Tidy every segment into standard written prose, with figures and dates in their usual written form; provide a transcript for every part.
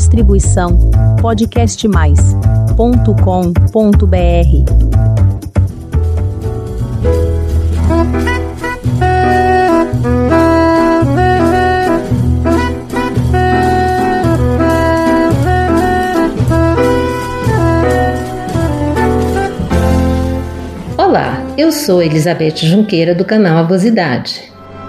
Distribuição podcastmais.com.br. Olá, eu sou Elizabeth Junqueira do canal Avosidade.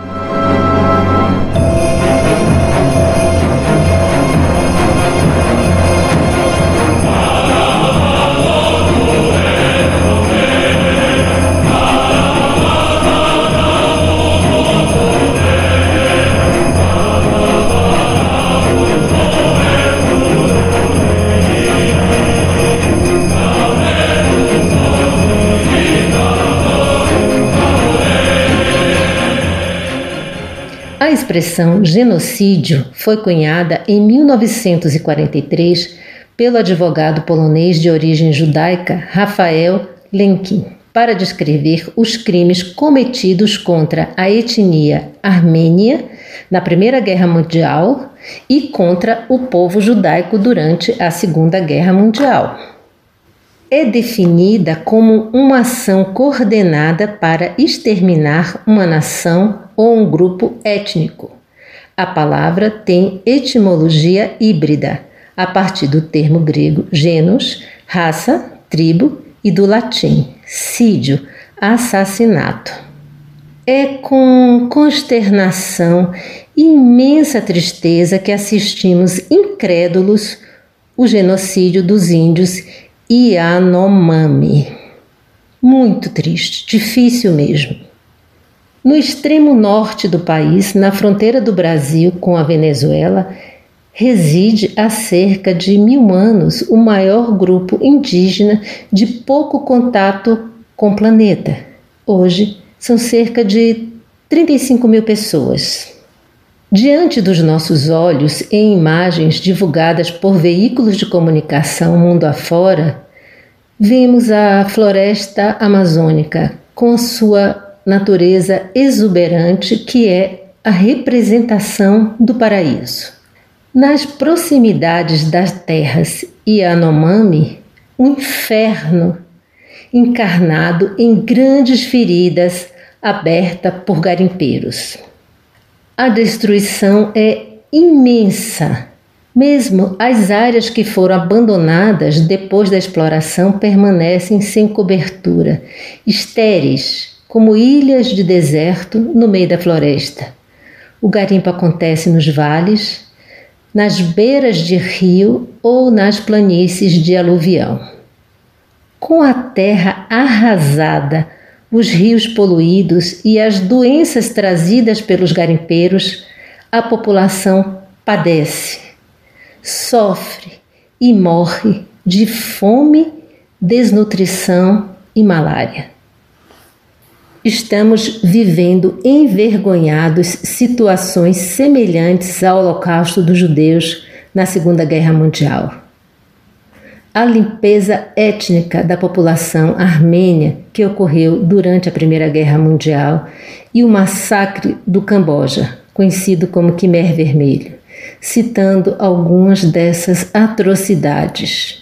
A expressão genocídio foi cunhada em 1943 pelo advogado polonês de origem judaica Rafael Lemkin para descrever os crimes cometidos contra a etnia armênia na Primeira Guerra Mundial e contra o povo judaico durante a Segunda Guerra Mundial. É definida como uma ação coordenada para exterminar uma nação ou um grupo étnico. A palavra tem etimologia híbrida, a partir do termo grego genus, raça, tribo, e do latim sídio, assassinato. É com consternação e imensa tristeza que assistimos incrédulos o genocídio dos índios Yanomami. Muito triste, difícil mesmo. No extremo norte do país, na fronteira do Brasil com a Venezuela, reside há cerca de 1000 anos o maior grupo indígena de pouco contato com o planeta. Hoje, são cerca de 35 mil pessoas. Diante dos nossos olhos, em imagens divulgadas por veículos de comunicação mundo afora, vemos a floresta amazônica com sua natureza exuberante, que é a representação do paraíso. Nas proximidades das terras Yanomami, um inferno encarnado em grandes feridas abertas por garimpeiros. A destruição é imensa. Mesmo as áreas que foram abandonadas depois da exploração permanecem sem cobertura, estéreis, como ilhas de deserto no meio da floresta. O garimpo acontece nos vales, nas beiras de rio ou nas planícies de aluvião. Com a terra arrasada, os rios poluídos e as doenças trazidas pelos garimpeiros, a população padece, sofre e morre de fome, desnutrição e malária. Estamos vivendo envergonhados situações semelhantes ao Holocausto dos judeus na Segunda Guerra Mundial. A limpeza étnica da população armênia que ocorreu durante a Primeira Guerra Mundial e o massacre do Camboja, conhecido como Khmer Vermelho, citando algumas dessas atrocidades.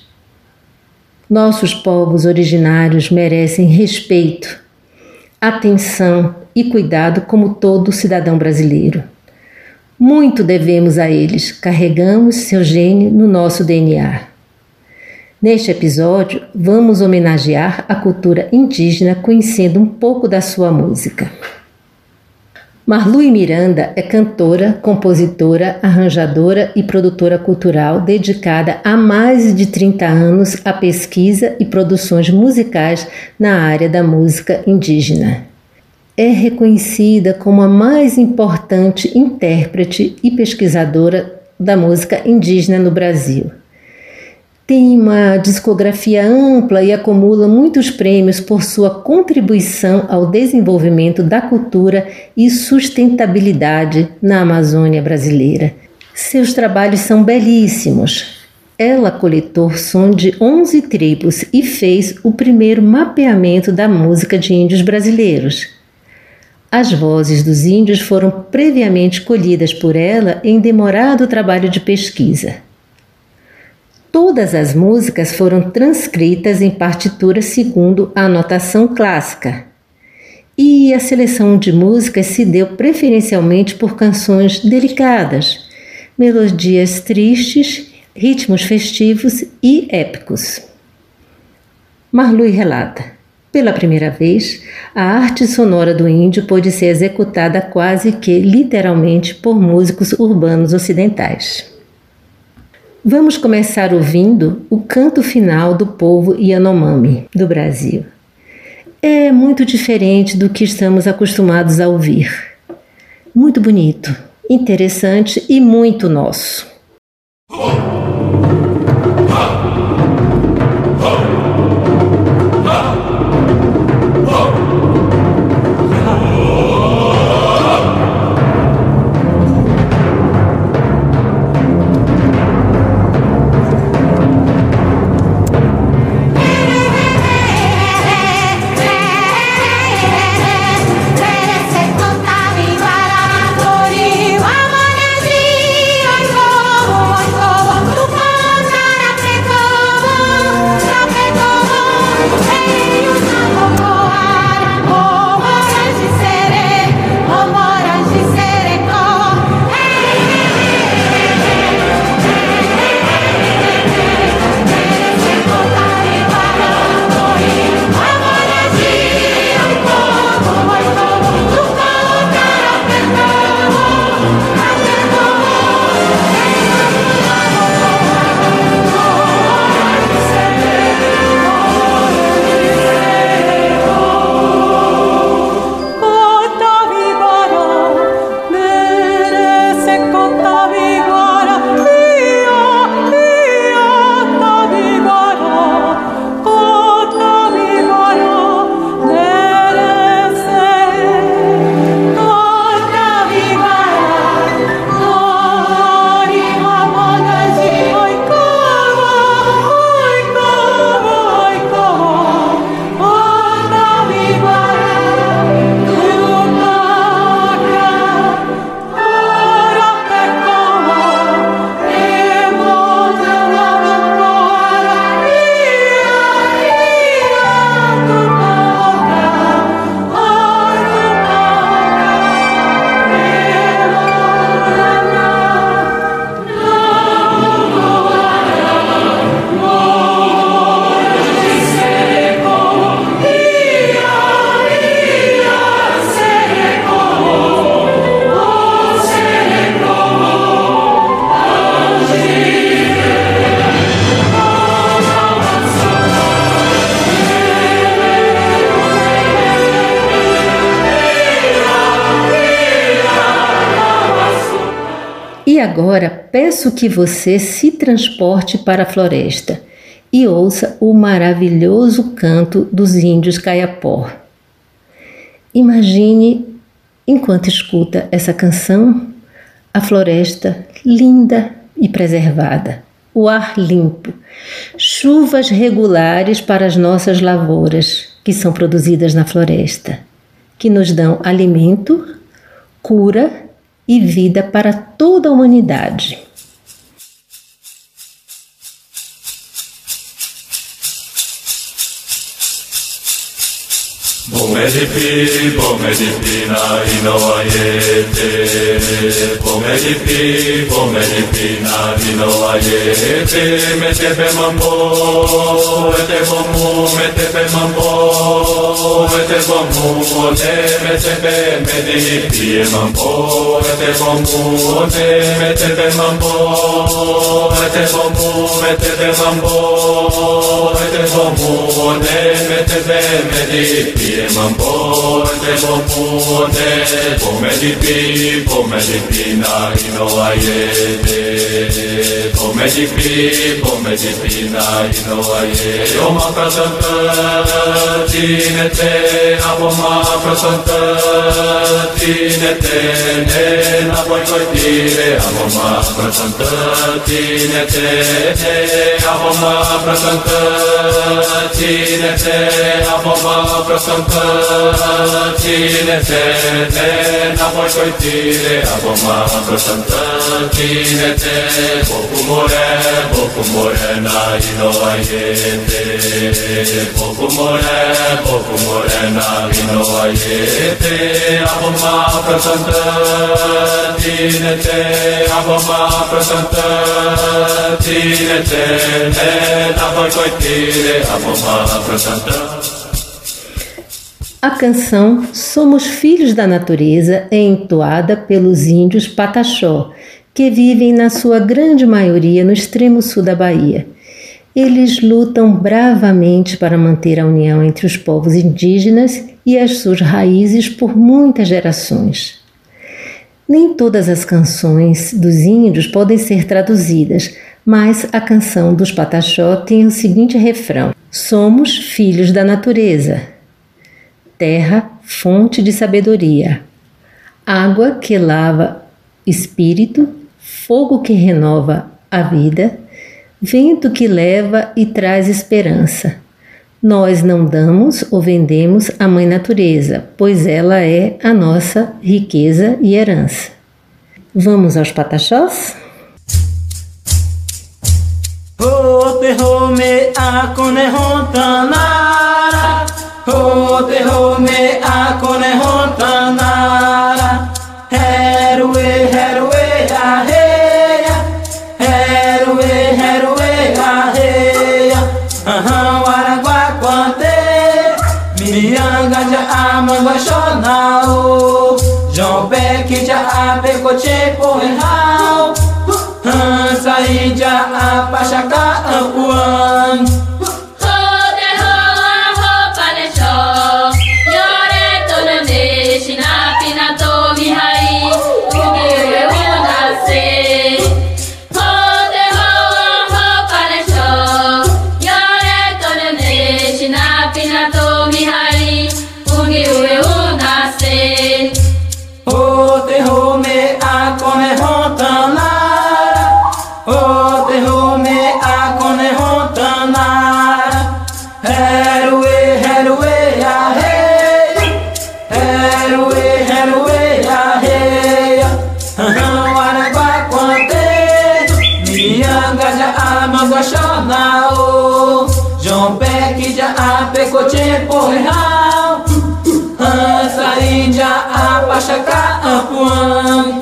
Nossos povos originários merecem respeito, atenção e cuidado como todo cidadão brasileiro. Muito devemos a eles, carregamos seu gene no nosso DNA. Neste episódio, vamos homenagear a cultura indígena conhecendo um pouco da sua música. Marlui Miranda é cantora, compositora, arranjadora e produtora cultural dedicada há mais de 30 anos à pesquisa e produções musicais na área da música indígena. É reconhecida como a mais importante intérprete e pesquisadora da música indígena no Brasil. Tem uma discografia ampla e acumula muitos prêmios por sua contribuição ao desenvolvimento da cultura e sustentabilidade na Amazônia brasileira. Seus trabalhos são belíssimos. Ela coletou som de 11 tribos e fez o primeiro mapeamento da música de índios brasileiros. As vozes dos índios foram previamente colhidas por ela em demorado trabalho de pesquisa. Todas as músicas foram transcritas em partitura segundo a notação clássica. E a seleção de músicas se deu preferencialmente por canções delicadas, melodias tristes, ritmos festivos e épicos. Marluy relata: pela primeira vez, a arte sonora do índio pôde ser executada quase que literalmente por músicos urbanos ocidentais. Vamos começar ouvindo o canto final do povo Yanomami do Brasil. É muito diferente do que estamos acostumados a ouvir. Muito bonito, interessante e muito nosso. E agora peço que você se transporte para a floresta e ouça o maravilhoso canto dos índios Kayapó. Imagine, enquanto escuta essa canção, a floresta linda e preservada, o ar limpo, chuvas regulares para as nossas lavouras que são produzidas na floresta, que nos dão alimento, cura e vida para toda a humanidade. Pomedipi na inoayete. Pomedipi na inoayete. Metepe mambo, ete bomu, metepe mambo, ete bomu, metepe medipi mambo, ete bomu, metepe mambo, ete bomu, metepe mambo, ete bomu, metepe medipi mambo, ete bomu, pomedipi na inoayete. Pomedipi na inoayete. Oma prasanta tinete, aboma prasanta tinete, na boikoitire, aboma prasanta tinete, aboma prasanta tinete, aboma prasanta prasanta tine te napoi koitire aboma prasanta tine te boku more na ino ayete boku more na ino ayete aboma prasanta tine te aboma prasanta tine te napoi koitire aboma prasanta. A canção Somos Filhos da Natureza é entoada pelos índios Pataxó, que vivem na sua grande maioria no extremo sul da Bahia. Eles lutam bravamente para manter a união entre os povos indígenas e as suas raízes por muitas gerações. Nem todas as canções dos índios podem ser traduzidas, mas a canção dos Pataxó tem o seguinte refrão: Somos filhos da natureza. Terra, fonte de sabedoria, água que lava espírito, fogo que renova a vida, vento que leva e traz esperança. Nós não damos ou vendemos a Mãe Natureza, pois ela é a nossa riqueza e herança. Vamos aos Pataxós? Ho te ho me a kone hontanara Herue a heia Herue a heia Waragua quante Mianga ja amanga shonao John Beck ja ape koche poehao Sai ja apashaka apuan John Beck ja ape koche poehao Sai ja apashaka apuan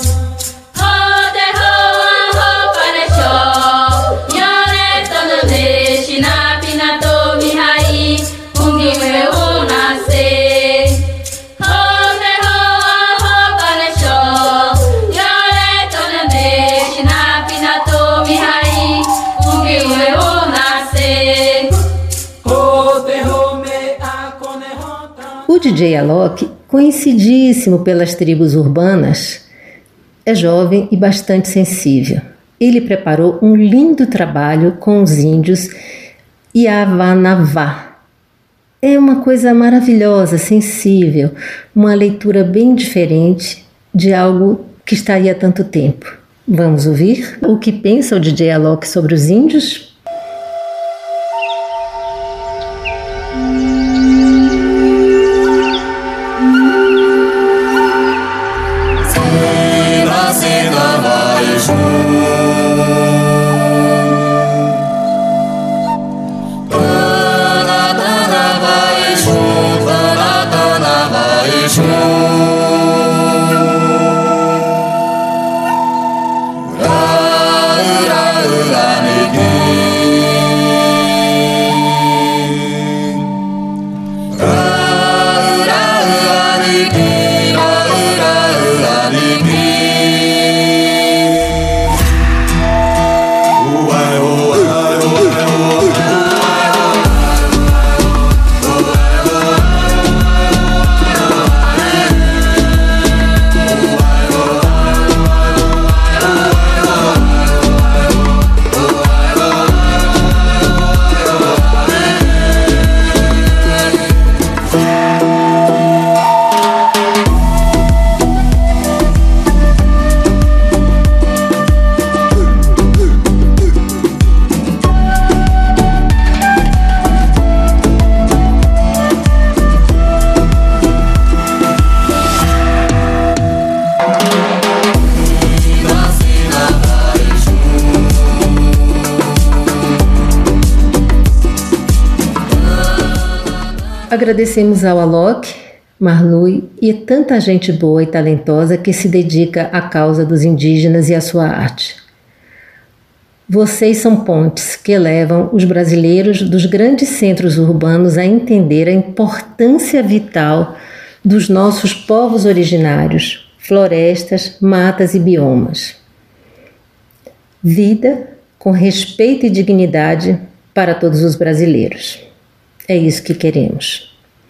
O DJ Alok, conhecidíssimo pelas tribos urbanas, é jovem e bastante sensível. Ele preparou um lindo trabalho com os índios Yavanavá. É uma coisa maravilhosa, sensível, uma leitura bem diferente de algo que está aí há tanto tempo. Vamos ouvir o que pensa o DJ Alok sobre os índios? Agradecemos ao Alok, Marlui e tanta gente boa e talentosa que se dedica à causa dos indígenas e à sua arte. Vocês são pontes que levam os brasileiros dos grandes centros urbanos a entender a importância vital dos nossos povos originários, florestas, matas e biomas. Vida com respeito e dignidade para todos os brasileiros. É isso que queremos.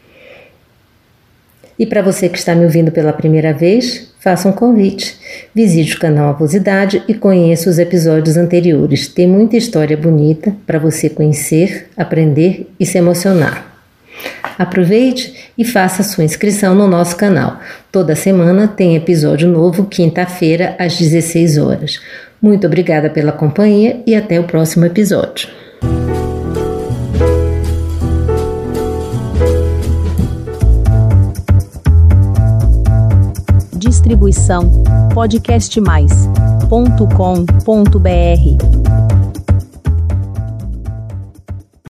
E para você que está me ouvindo pela primeira vez, faça um convite. Visite o canal Avosidade e conheça os episódios anteriores. Tem muita história bonita para você conhecer, aprender e se emocionar. Aproveite e faça sua inscrição no nosso canal. Toda semana tem episódio novo, quinta-feira, às 16 horas. Muito obrigada pela companhia e até o próximo episódio. Distribuição podcastmais.com.br